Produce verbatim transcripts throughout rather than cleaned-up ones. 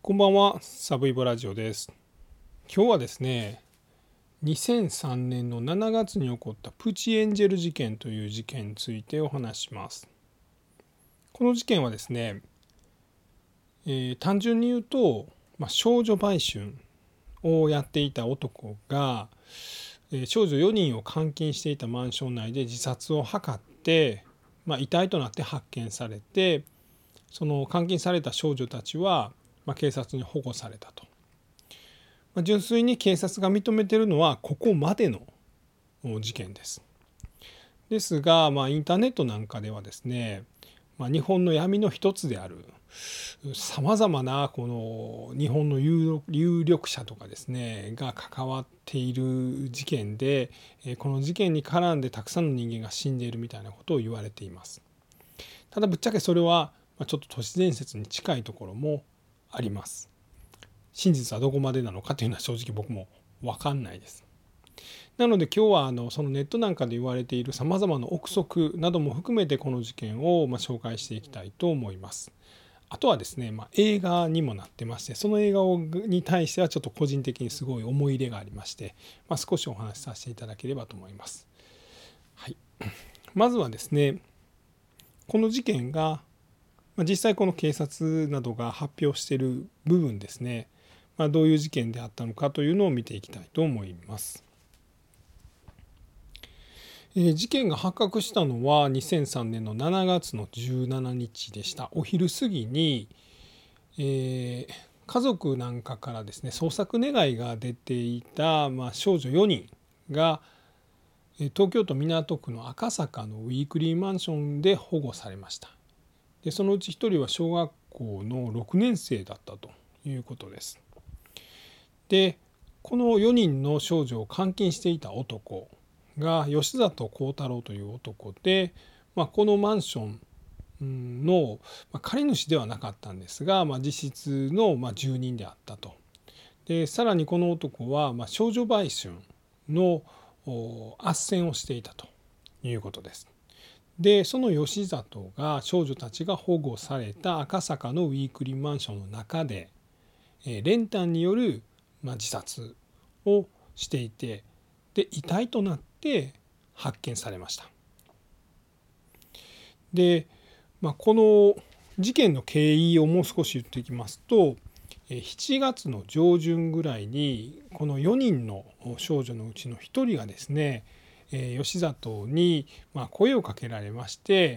こんばんは、サブイボラジオです。今日はですね、にせんさんねんのしちがつに起こったプチエンジェル事件という事件についてお話しします。この事件はですね、えー単純に言うと、まあ、少女売春をやっていた男が、えー少女よにんを監禁していたマンション内で自殺を図って、まあ、遺体となって発見されて、その監禁された少女たちは、まあ、警察に保護されたと。まあ純粋に警察が認めているのはここまでの事件です。ですが、まあ、インターネットなんかではですね、まあ、日本の闇の一つであるさまざまなこの日本の有力者とかですねが関わっている事件で、この事件に絡んでたくさんの人間が死んでいるみたいなことを言われています。ただぶっちゃけそれはちょっと都市伝説に近いところもあります。真実はどこまでなのかというのは正直僕も分かんないです。なので今日はあのそのネットなんかで言われているさまざまな憶測なども含めてこの事件をまあ紹介していきたいと思います。あとはですね、まあ、映画にもなってまして、その映画に対してはちょっと個人的にすごい思い入れがありまして、まあ、少しお話しさせていただければと思います。はい、まずはですね、この事件が実際この警察などが発表している部分ですね、まあ、どういう事件であったのかというのを見ていきたいと思います。えー、事件が発覚したのはにせんさんねんのしちがつのじゅうしちにちでした。お昼過ぎに、えー、家族なんかからですね捜索願いが出ていた、まあ、少女よにんが東京都港区の赤坂のウィークリーマンションで保護されました。でそのうちひとりは小学校のろくねん生だったということです。でこのよにんの少女を監禁していた男が吉里幸太郎という男で、まあ、このマンションの借り主ではなかったんですが、まあ、実質の住人であったと。でさらにこの男は少女売春の斡旋をしていたということです。でその吉里が少女たちが保護された赤坂のウィークリーマンションの中で練炭による自殺をしていて、で遺体となって発見されました。で、まあ、この事件の経緯をもう少し言っていきますと、しちがつの上旬ぐらいにこのよにんの少女のうちのひとりがですね、吉里に声をかけられまして、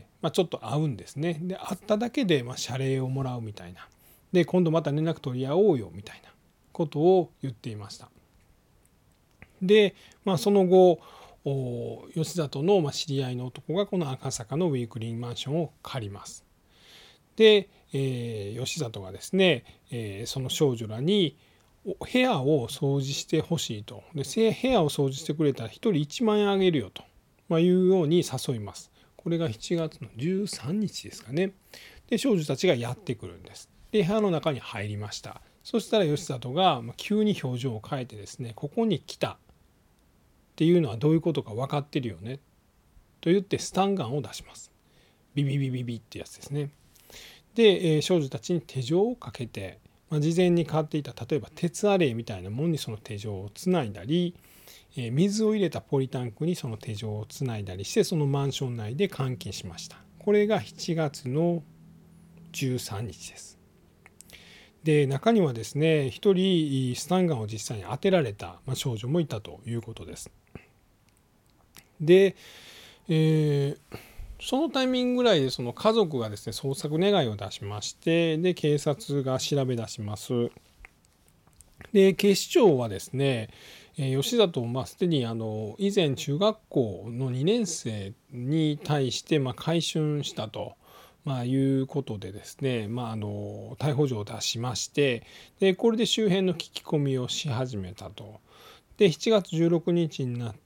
まあ、ちょっと会うんですね。で会っただけで謝礼をもらうみたいな、で今度また連絡取り合おうよみたいなことを言っていました。で、まあ、その後吉里の知り合いの男がこの赤坂のウィークリーマンションを借ります。で、えー、吉里がですね、えー、その少女らに部屋を掃除してほしいと。で部屋を掃除してくれたらひとりいちまんえんあげるよと、まあ、いうように誘います。これがしちがつのじゅうさんにちですかね。で少女たちがやってくるんです。で部屋の中に入りました。そしたら吉里が急に表情を変えてですね、ここに来たっていうのはどういうことか分かってるよねと言ってスタンガンを出します。ビビビビビってやつですね。で少女たちに手錠をかけて、まあ、事前に買っていた例えば鉄アレイみたいなものにその手錠をつないだり、水を入れたポリタンクにその手錠をつないだりして、そのマンション内で監禁しました。これがしちがつのじゅうさんにちです。で中にはですねひとりスタンガンを実際に当てられた少女もいたということです。で、えー、そのタイミングぐらいでその家族がですね捜索願いを出しまして、で警察が調べ出します。で警視庁はですね吉里まあすでにあの以前中学校のにねん生に対してまあ買春したと。まあ、いうことでですね、まあ、あの逮捕状を出しまして、でこれで周辺の聞き込みをし始めたと。でしちがつじゅうろくにちになって、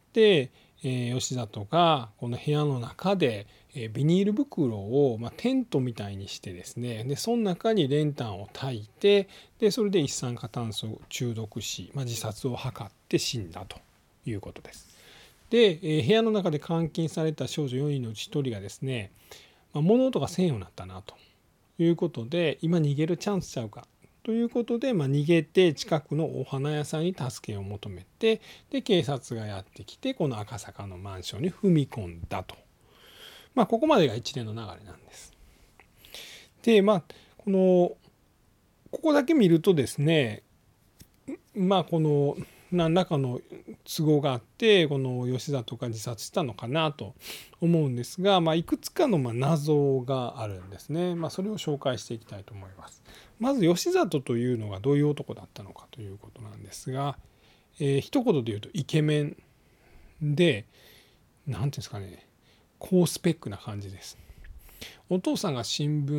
えー、吉里がこの部屋の中で、えー、ビニール袋を、まあ、テントみたいにしてですね、でその中に練炭を焚いて、でそれで一酸化炭素を中毒し、まあ、自殺を図って死んだということです。で、えー、部屋の中で監禁された少女よにんのうちひとりがですね、まあ、物音がせんようになったなということで、今逃げるチャンスちゃうかということで、まあ、逃げて近くのお花屋さんに助けを求めて、で警察がやってきてこの赤坂のマンションに踏み込んだと、まあ、ここまでが一連の流れなんです。でまあこのここだけ見るとですね、まあこの何らかの都合があってこの吉里が自殺したのかなと思うんですが、まあ、いくつかのまあ謎があるんですね。まあ、それを紹介していきたいと思います。まず吉里というのがどういう男だったのかということなんですが、えー、一言で言うとイケメンで、何ていうんですかね、高スペックな感じです。お父さんが新聞、うん、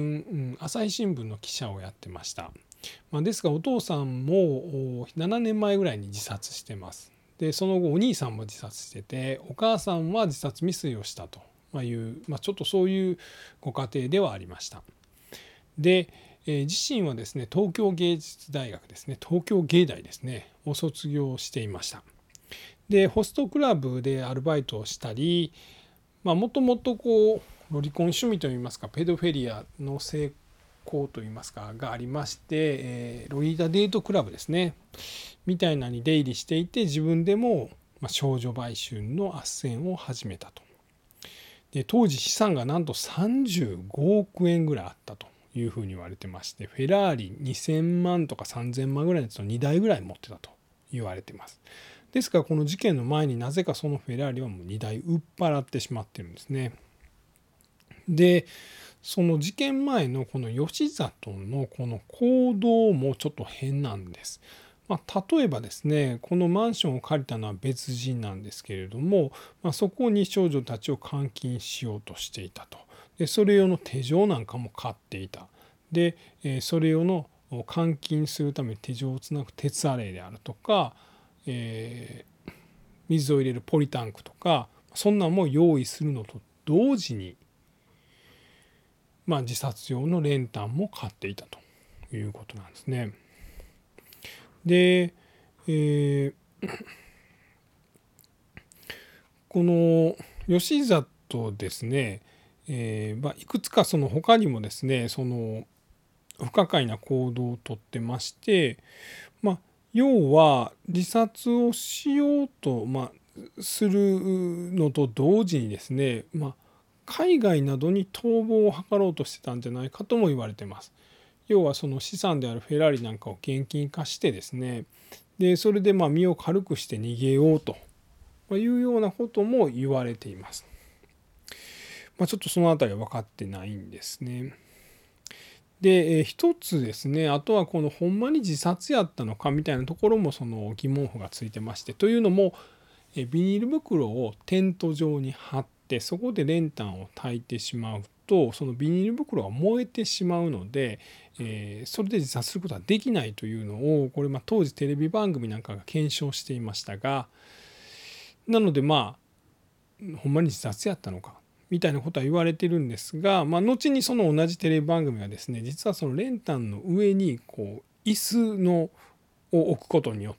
朝日新聞の記者をやってました。まあ、ですがお父さんもななねんまえぐらいに自殺してます。でその後お兄さんも自殺してて、お母さんは自殺未遂をしたという、まあ、ちょっとそういうご家庭ではありました。で、えー、自身はですね東京芸術大学ですね、東京芸大ですねを卒業していました。でホストクラブでアルバイトをしたり、もともとこうロリコン趣味といいますかペドフェリアの成功といいますかがありまして、えー、ロリータデートクラブですねみたいなに出入りしていて、自分でも少女売春の斡旋を始めたと。で当時資産がなんとさんじゅうごおくえんぐらいあったというふうに言われてまして、フェラーリにせんまんとかさんぜんまんぐらいのやつのにだいぐらい持ってたと言われています。ですからこの事件の前になぜかそのフェラーリはもうにだい売っ払ってしまってるんですね。でその事件前のこの吉里のこの行動もちょっと変なんです。まあ、例えばですね、このマンションを借りたのは別人なんですけれども、まあ、そこに少女たちを監禁しようとしていたと。でそれ用の手錠なんかも買っていた。でそれ用の監禁するために手錠をつなぐ鉄アレイであるとか、えー、水を入れるポリタンクとか、そんなんも用意するのと同時に、まあ、自殺用の練炭も買っていたということなんですね。で、えー、この吉里ですね、えーまあ、いくつかその他にもですねその不可解な行動をとってまして、まあ、要は自殺をしようと、まあ、するのと同時にですね、まあ、海外などに逃亡を図ろうとしてたんじゃないかとも言われてます。要はその資産であるフェラーリなんかを現金化してですね、でそれでまあ身を軽くして逃げようというようなことも言われています。まあ、ちょっとそのあたりは分かってないんですね。で一つですね、あとはこのほんまに自殺やったのかみたいなところもその疑問符がついてまして、というのもビニール袋をテント状に貼ってそこで練炭を焚いてしまうと、そのビニール袋が燃えてしまうので、えー、それで自殺することはできないというのをこれまあ当時テレビ番組なんかが検証していましたが、なのでまあほんまに自殺やったのかみたいなことは言われてるんですが、まあ、後にその同じテレビ番組がですね、実はその練炭の上にこう椅子のを置くことによって、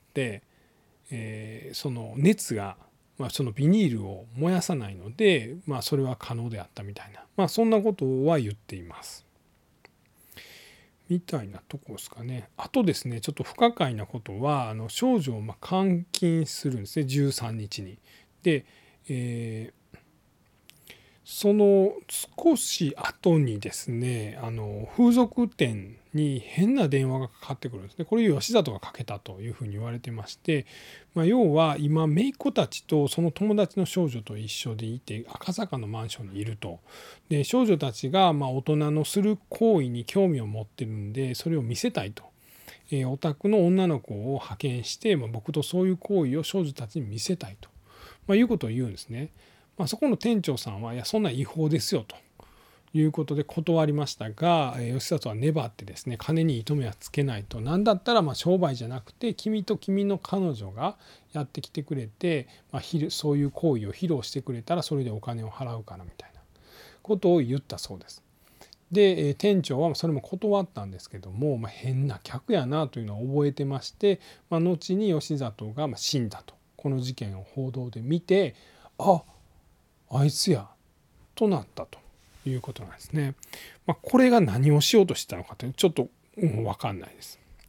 えー、その熱が、まあ、そのビニールを燃やさないので、まあ、それは可能であったみたいな、まあ、そんなことは言っています。みたいなとこですかね。あとですね、ちょっと不可解なことはあの少女をまあ監禁するんですね、じゅうさんにちに。で、えーその少し後にですね、あの風俗店に変な電話がかかってくるんですね。これ吉里がかけたというふうに言われてまして、まあ、要は今姪っ子たちとその友達の少女と一緒でいて赤坂のマンションにいると。で少女たちがまあ大人のする行為に興味を持ってるんでそれを見せたいと。えー、お宅の女の子を派遣して、まあ、僕とそういう行為を少女たちに見せたいと、まあ、いうことを言うんですね。まあ、そこの店長さんはいやそんな違法ですよということで断りましたが、吉里は粘ってですね、金に糸目はつけないと、何だったらまあ商売じゃなくて君と君の彼女がやってきてくれて、まあ、そういう行為を披露してくれたらそれでお金を払うからみたいなことを言ったそうです。で店長はそれも断ったんですけども、まあ、変な客やなというのを覚えてまして、まあ、後に吉里が死んだとこの事件を報道で見て、ああいつやとなったということなんですね。まあ、これが何をしようとしてたのかというちょっと、うん、分かんないです。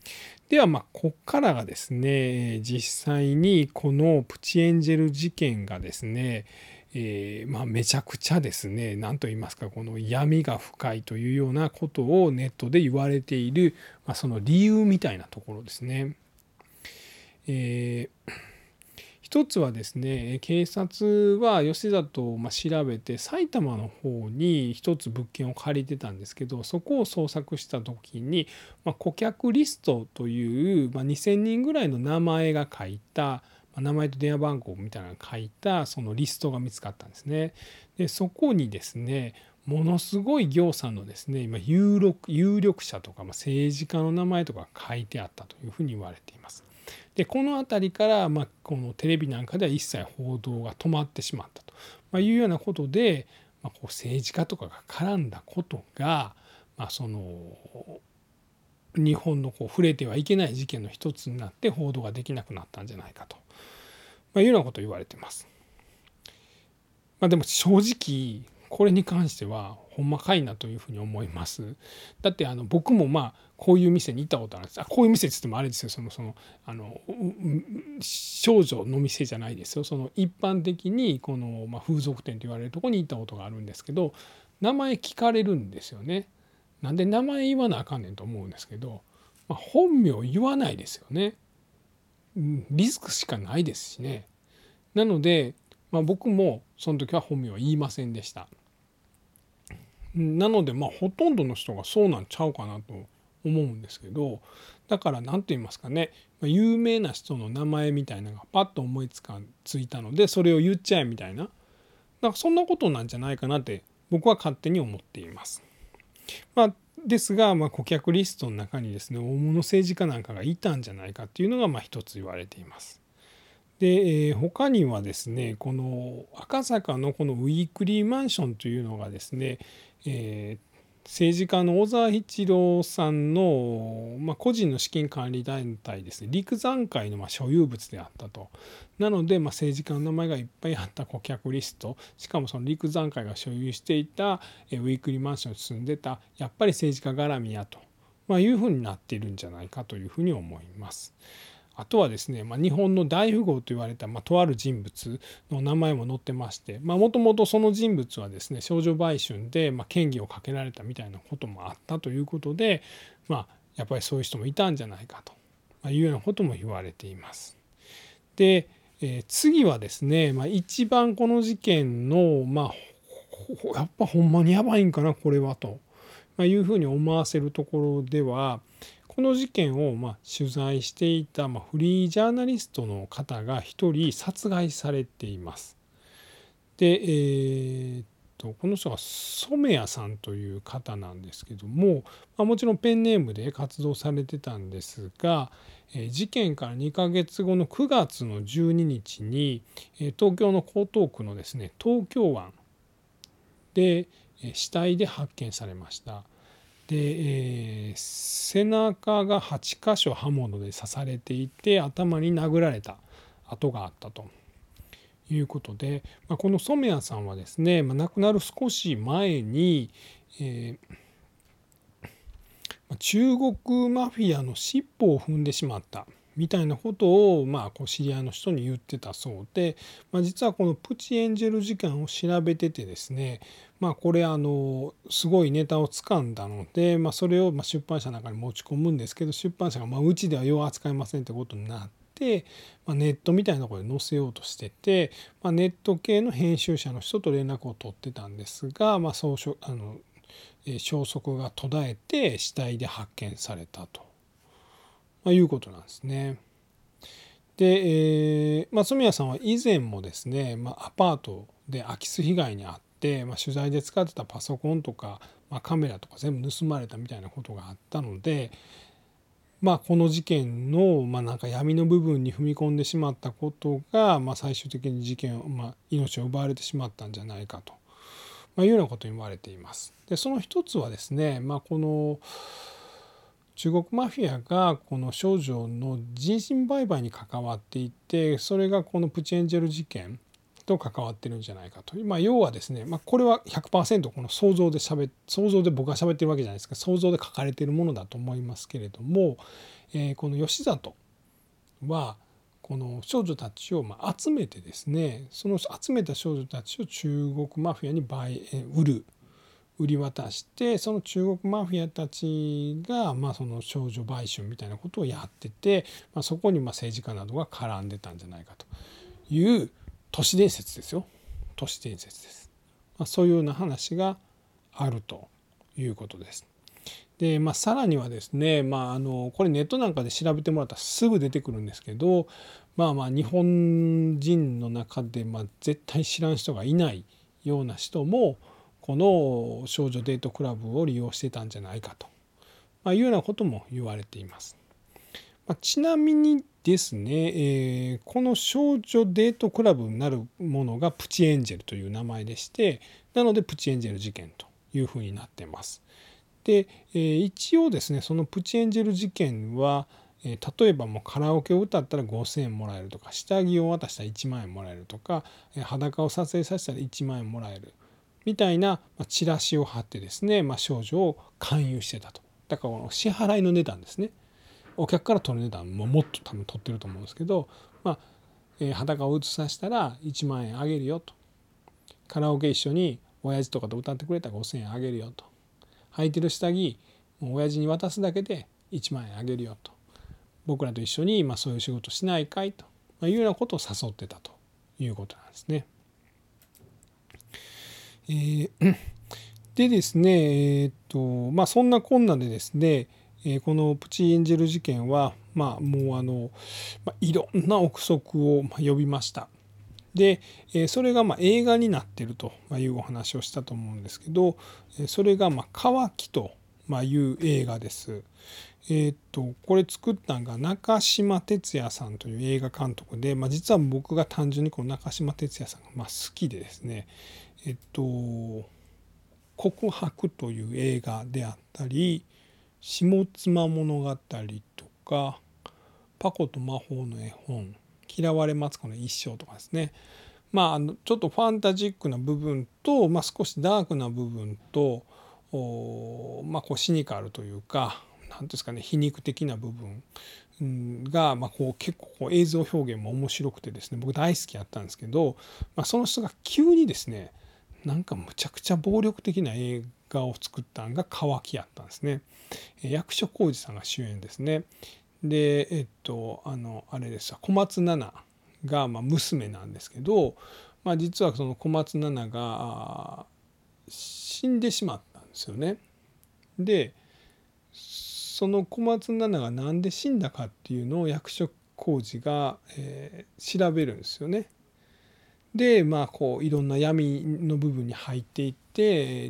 ではまあここからがですね、実際にこのプチエンジェル事件がですね、えー、まあめちゃくちゃですね、何と言いますか、この闇が深いというようなことをネットで言われている、まあ、その理由みたいなところですね。えー一つはですね、警察は吉里をま調べて埼玉の方に一つ物件を借りてたんですけど、そこを捜索した時に、まあ、顧客リストという、まあ、にせんにんぐらいの名前が書いた、まあ、名前と電話番号みたいなのが書いたそのリストが見つかったんですね。でそこにですね、ものすごい行さんのですね、今有力有力者とか、まあ、政治家の名前とか書いてあったというふうに言われています。でこの辺りから、まあ、このテレビなんかでは一切報道が止まってしまったと、まあ、いうようなことで、まあ、こう政治家とかが絡んだことが、まあ、その日本のこう触れてはいけない事件の一つになって報道ができなくなったんじゃないかと、まあ、いうようなことを言われています。まあ、でも正直これに関してはほんまかいなというふうに思います。だってあの僕もまあこういう店に行ったことあるんです。あこういう店っつってもあれですよ、そのそのあの少女の店じゃないですよ。その一般的にこの、まあ、風俗店と言われるところに行ったことがあるんですけど、名前聞かれるんですよね。なんで名前言わなあかんねんと思うんですけど、まあ、本名言わないですよね。リスクしかないですしね。なので、まあ、僕もその時は本名は言いませんでした。なのでまあほとんどの人がそうなんちゃうかなと思うんですけど、だから何と言いますかね、有名な人の名前みたいなのがパッと思いつかついたのでそれを言っちゃえみたいな、なんかそんなことなんじゃないかなって僕は勝手に思っています。まあ、ですが、まあ、顧客リストの中にですね大物政治家なんかがいたんじゃないかっていうのがまあ一つ言われています。で、えー、他にはですねこの赤坂のこのウィークリーマンションというのがですね、えー政治家の小沢一郎さんの、まあ、個人の資金管理団体ですね陸山会のまあ所有物であったと。なので、まあ、政治家の名前がいっぱいあった顧客リスト、しかもその陸山会が所有していたえウィークリーマンションに住んでたやっぱり政治家絡みやと、まあ、いうふうになっているんじゃないかというふうに思います。あとはですね、まあ、日本の大富豪と言われた、まあ、とある人物の名前も載ってまして、もともとその人物はですね少女売春で、まあ、嫌疑をかけられたみたいなこともあったということで、まあ、やっぱりそういう人もいたんじゃないかというようなことも言われています。で、えー、次はですね、まあ、一番この事件の、まあ、やっぱほんまにやばいんかなこれはというふうに思わせるところでは、この事件をまあ取材していたまあフリージャーナリストの方が一人殺害されています。で、えー、っとこの人が染谷さんという方なんですけども、まあ、もちろんペンネームで活動されてたんですが、えー、事件からにかげつごのくがつのじゅうににちに、えー、東京の江東区のですね東京湾で、えー、死体で発見されました。で、えー、背中がはちかしょ刃物で刺されていて頭に殴られた跡があったということで、まあ、この染谷さんはですね、まあ、亡くなる少し前に、えー、中国マフィアの尻尾を踏んでしまったみたいなことを、まあ、こう知り合いの人に言ってたそうで、まあ、実はこのプチエンジェル事件を調べててですね、まあ、これあのすごいネタをつかんだので、まあ、それをまあ出版社の中に持ち込むんですけど、出版社がまあうちではよう扱いませんってことになって、まあ、ネットみたいなところで載せようとしてて、まあ、ネット系の編集者の人と連絡を取ってたんですが、まあ、そうしょあの消息が途絶えて死体で発見されたと、まあ、いうことなんですね。で、えーまあ、染谷さんは以前もですね、まあ、アパートで空き巣被害に遭って、まあ、取材で使ってたパソコンとか、まあ、カメラとか全部盗まれたみたいなことがあったので、まあ、この事件の、まあ、なんか闇の部分に踏み込んでしまったことが、まあ、最終的に事件を、まあ、命を奪われてしまったんじゃないかと、まあ、いうようなことに言われています。でその一つはですね、まあ、この中国マフィアがこの少女の人身売買に関わっていて、それがこのプチエンジェル事件と関わってるんじゃないかと。まあ、要はですね、まあ、これは ひゃくパーセント この想像でしゃべ想像で僕が喋ってるわけじゃないですか、想像で書かれているものだと思いますけれども、えー、この義里はこの少女たちをまあ集めてですね、その集めた少女たちを中国マフィアに売売る売り渡して、その中国マフィアたちがまあその少女売春みたいなことをやってて、まあ、そこにまあ政治家などが絡んでたんじゃないかという都市伝説ですよ。都市伝説です。まあ、そういうような話があるということです。で、まあ、さらにはですね、まあ、あのこれネットなんかで調べてもらったらすぐ出てくるんですけど、まあまあ日本人の中でまあ絶対知らん人がいないような人もこの少女デートクラブを利用してたんじゃないかと、まあ、いうようなことも言われています。まあ、ちなみにですね、えー、この少女デートクラブになるものがプチエンジェルという名前でして、なのでプチエンジェル事件というふうになっています。で、えー、一応ですね、そのプチエンジェル事件は、えー、例えばもうカラオケを歌ったらごせんえんもらえるとか、下着を渡したらいちまんえんもらえるとか、えー、裸を撮影させたらいちまんえんもらえるみたいな、まあ、チラシを貼ってですね、まあ、少女を勧誘してたと。だからこの支払いの値段ですね、お客から取る値段ももっと多分取ってると思うんですけど、まあえー、裸を映させたらいちまんえんあげるよと、カラオケ一緒に親父とかと歌ってくれたらごせんえんあげるよと、履いてる下着もう親父に渡すだけでいちまんえんあげるよと、僕らと一緒にまあそういう仕事しないかいというようなことを誘ってたということなんですね。えー、でですね、えーっとまあ、そんなこんなでですね、えー、このプチエンジェル事件は、まあ、もうあの、まあ、いろんな憶測を呼びました。で、えー、それがまあ映画になっているというお話をしたと思うんですけど、それがまあ乾きという映画です。えー、っとこれ作ったのが中島哲也さんという映画監督で、まあ、実は僕が単純にこの中島哲也さんがまあ好きでですね、えっと告白という映画であったり、下妻物語とか、パコと魔法の絵本、嫌われマツコの一生とかですね、まあ、あのちょっとファンタジックな部分と、まあ、少しダークな部分と、まあ、こうシニカルというか、何ですかね、皮肉的な部分が、まあ、こう結構こう映像表現も面白くてですね、僕大好きやったんですけど、まあ、その人が急にですね、なんかむちゃくちゃ暴力的な映画を作ったのが乾きやったんですね。役所広司さんが主演ですね。でえっとあのあれですわ、小松菜奈がまあ娘なんですけど、まあ、実はその小松菜奈が死んでしまったんですよね。でその小松菜奈が何で死んだかっていうのを役所広司が、えー、調べるんですよね。でまあこういろんな闇の部分に入っていって、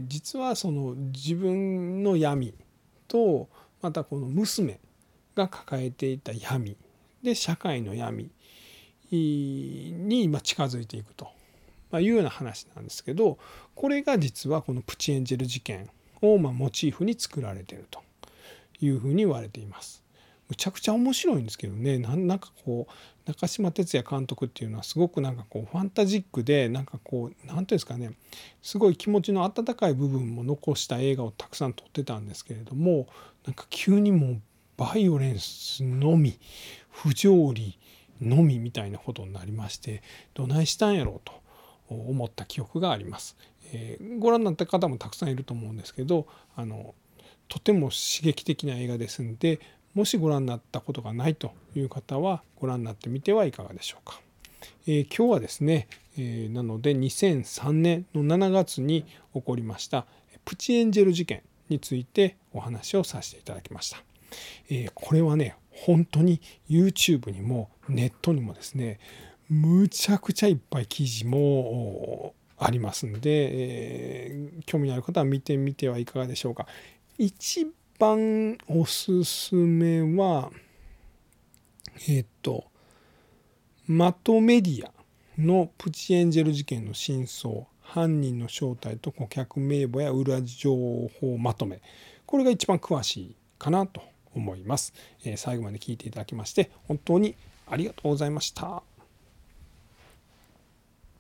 実はその自分の闇とまたこの娘が抱えていた闇で社会の闇に今近づいていくというような話なんですけど、これが実はこのプチエンジェル事件をまあモチーフに作られているというふうに言われています。むちゃくちゃ面白いんですけどね、なんなんかこう中島哲也監督っていうのはすごくなんかこうファンタジックで、なんかこう何ていうんですかね、すごい気持ちの温かい部分も残した映画をたくさん撮ってたんですけれども、なんか急にもうバイオレンスのみ不条理のみみたいなことになりまして、どないしたんやろうと思った記憶があります。えー、ご覧になった方もたくさんいると思うんですけど、あのとても刺激的な映画ですので、もしご覧になったことがないという方はご覧になってみてはいかがでしょうか。えー、今日はですね、えー、なのでにせんさんねんのしちがつに起こりましたプチエンジェル事件についてお話をさせていただきました。えー、これはね、本当に YouTube にもネットにもですね、むちゃくちゃいっぱい記事もありますので、えー、興味のある方は見てみてはいかがでしょうか。一番おすすめはえっとマトメディアのプチエンジェル事件の真相、犯人の正体と顧客名簿や裏情報まとめ、これが一番詳しいかなと思います。えー、最後まで聞いていただきまして本当にありがとうございました。